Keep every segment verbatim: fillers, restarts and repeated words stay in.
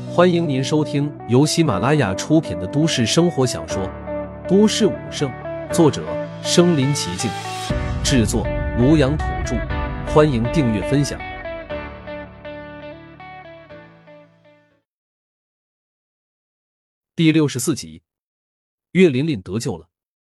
欢迎您收听由喜马拉雅出品的都市生活小说《都市武圣》，作者身临其境，制作庐阳土著。欢迎订阅分享。第六十四集，岳琳琳得救了。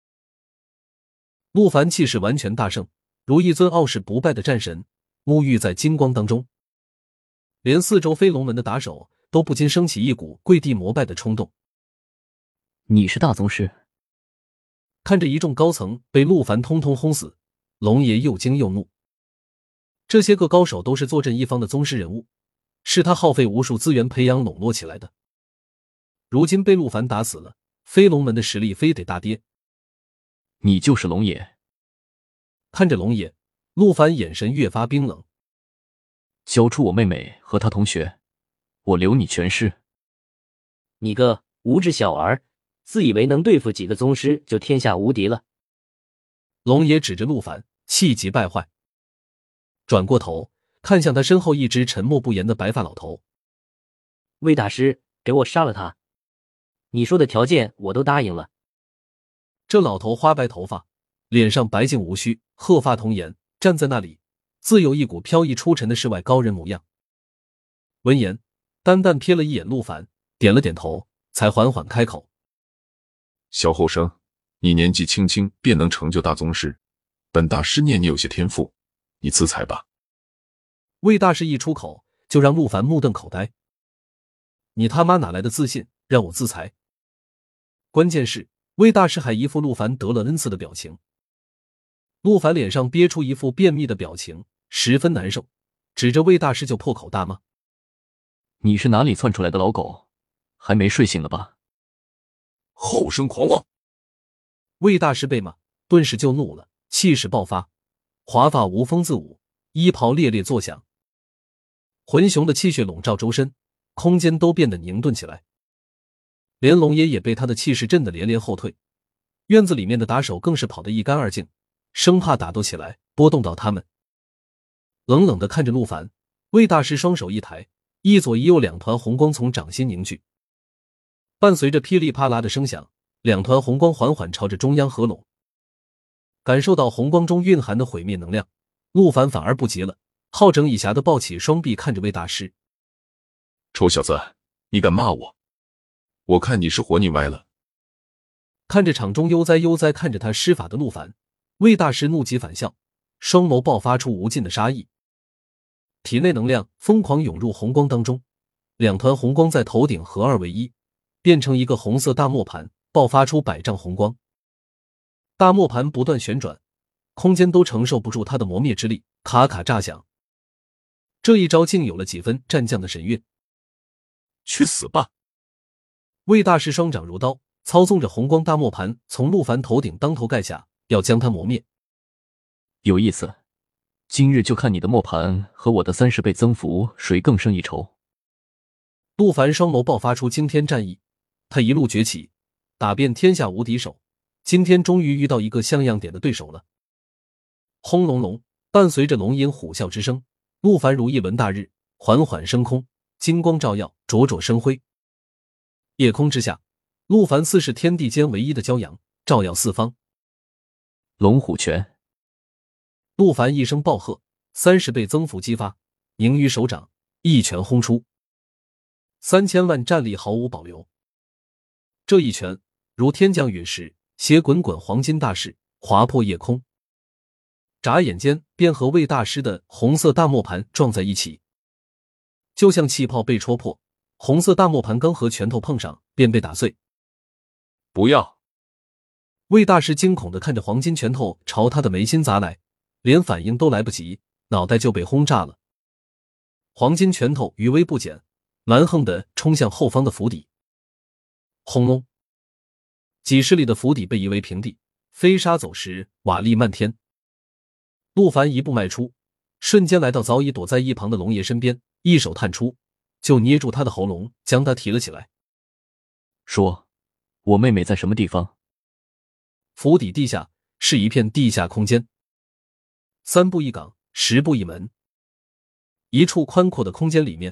陆凡气势完全大盛，如一尊傲视不败的战神，沐浴在金光当中，连四周飞龙门的打手都不禁升起一股跪地膜拜的冲动。 你是大宗师？ 看着一众高层被陆凡通通轰死，龙爷又惊又怒。这些个高手都是坐镇一方的宗师人物，是他耗费无数资源培养笼络起来的。如今被陆凡打死了，飞龙门的实力非得大跌。 你就是龙爷？ 看着龙爷，陆凡眼神越发冰冷。 交出我妹妹和她同学，我留你全尸。 你个无知小儿，自以为能对付几个宗师就天下无敌了。 龙爷指着陆凡，气急败坏，转过头看向他身后一只沉默不言的白发老头。 魏大师，给我杀了他，你说的条件我都答应了。 这老头花白头发，脸上白净无须，鹤发童颜，站在那里自有一股飘逸出尘的世外高人模样。闻言，淡淡瞥了一眼陆凡，点了点头，才缓缓开口。 小后生，你年纪轻轻便能成就大宗师，本大师念你有些天赋，你赐才吧。 魏大师一出口，就让陆凡目瞪口呆。你他妈哪来的自信，让我自裁？关键是魏大师还一副陆凡得了恩赐的表情。陆凡脸上憋出一副便秘的表情，十分难受，指着魏大师就破口大骂。 你是哪里窜出来的老狗？还没睡醒了吧？ 后生狂妄！ 魏大师被骂，顿时就怒了，气势爆发，华发无风自舞，衣袍猎猎作响，浑雄的气血笼罩周身，空间都变得凝顿起来。连龙爷也被他的气势震得连连后退，院子里面的打手更是跑得一干二净，生怕打斗起来波动到他们。冷冷地看着陆凡，魏大师双手一抬，一左一右两团红光从掌心凝聚，伴随着噼里啪啦的声响，两团红光缓缓朝着中央合拢。感受到红光中蕴含的毁灭能量，陆凡反而不急了，好整以暇地抱起双臂看着魏大师。 臭小子，你敢骂我？我看你是活腻歪了。 看着场中悠哉悠哉看着他施法的陆凡，魏大师怒极反笑，双眸爆发出无尽的杀意。体内能量疯狂涌入红光当中，两团红光在头顶合二为一，变成一个红色大磨盘，爆发出百丈红光。大磨盘不断旋转，空间都承受不住它的磨灭之力，卡卡炸响。这一招竟有了几分战将的神韵。 去死吧！ 魏大师双掌如刀，操纵着红光大磨盘从陆凡头顶当头盖下，要将他磨灭。 有意思，今日就看你的磨盘和我的三十倍增幅谁更胜一筹。 陆凡双眸爆发出惊天战意，他一路崛起，打遍天下无敌手，今天终于遇到一个像样点的对手了。轰隆隆，伴随着龙吟虎啸之声，陆凡如一轮大日缓缓升空，金光照耀，灼灼生辉。夜空之下，陆凡似是天地间唯一的骄阳，照耀四方。 龙虎拳！ 陆凡一声暴喝，三十倍增幅激发，凝于手掌，一拳轰出，三千万战力毫无保留。这一拳如天降陨石，携滚滚黄金大势划破夜空，眨眼间便和魏大师的红色大磨盘撞在一起，就像气泡被戳破，红色大磨盘刚和拳头碰上便被打碎。 不要！ 魏大师惊恐地看着黄金拳头朝他的眉心砸来，连反应都来不及，脑袋就被轰炸了。黄金拳头余威不减，蛮横地冲向后方的府邸。轰隆！几十里的府邸被夷为平地，飞沙走石，瓦砾漫天。陆凡一步迈出，瞬间来到早已躲在一旁的龙爷身边，一手探出，就捏住他的喉咙，将他提了起来。 说，我妹妹在什么地方？ 府邸地下是一片地下空间，三步一岗，十步一门。一处宽阔的空间里面，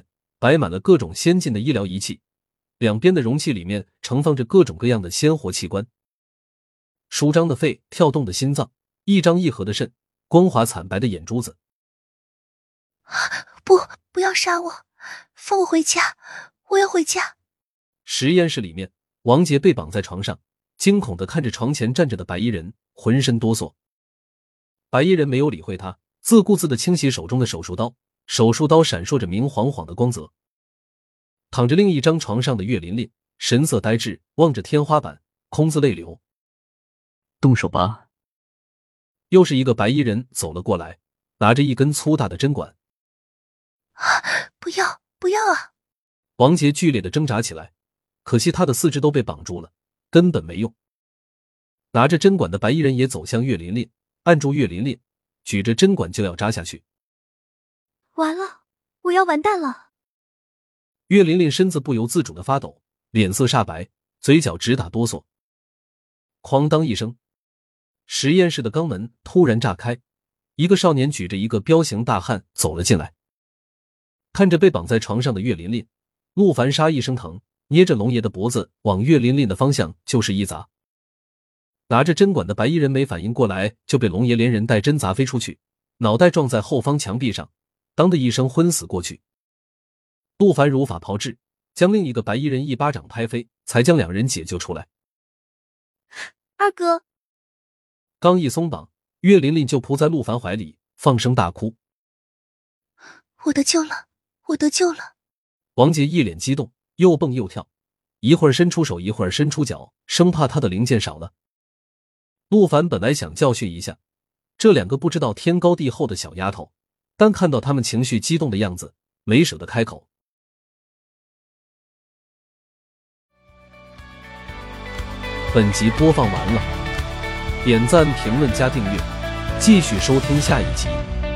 摆满了各种先进的医疗仪器，两边的容器里面盛放着各种各样的鲜活器官，舒张的肺，跳动的心脏，一张一合的肾，光滑惨白的眼珠子。 不，不要杀我，放我回家，我要回家。 实验室里面，王杰被绑在床上，惊恐地看着床前站着的白衣人，浑身哆嗦。白衣人没有理会他，自顾自地清洗手中的手术刀，手术刀闪烁着明晃晃的光泽。躺着另一张床上的岳琳琳神色呆滞，望着天花板，空自泪流。 动手吧。 又是一个白衣人走了过来，拿着一根粗大的针管。 不要，不要啊！ 王杰剧烈地挣扎起来，可惜他的四肢都被绑住了，根本没用。拿着针管的白衣人也走向岳琳琳，按住岳琳琳，举着针管就要扎下去。 完了，我要完蛋了！ 岳琳琳身子不由自主地发抖，脸色煞白，嘴角直打哆嗦。哐当一声，实验室的肛门突然炸开，一个少年举着一个彪形大汉走了进来。看着被绑在床上的岳琳琳，陆凡杀一声疼，捏着龙爷的脖子往岳琳琳的方向就是一砸。拿着针管的白衣人没反应过来，就被龙爷连人带针砸飞出去，脑袋撞在后方墙壁上，当的一声昏死过去。陆凡如法炮制，将另一个白衣人一巴掌拍飞，才将两人解救出来。 二哥， 刚一松绑，岳琳琳就扑在陆凡怀里，放声大哭。 我得救了，我得救了！ 王杰一脸激动，又蹦又跳，一会儿伸出手，一会儿伸出脚，生怕他的零件少了。陆凡本来想教训一下这两个不知道天高地厚的小丫头，但看到他们情绪激动的样子，没舍得开口。本集播放完了，点赞、评论加订阅，继续收听下一集。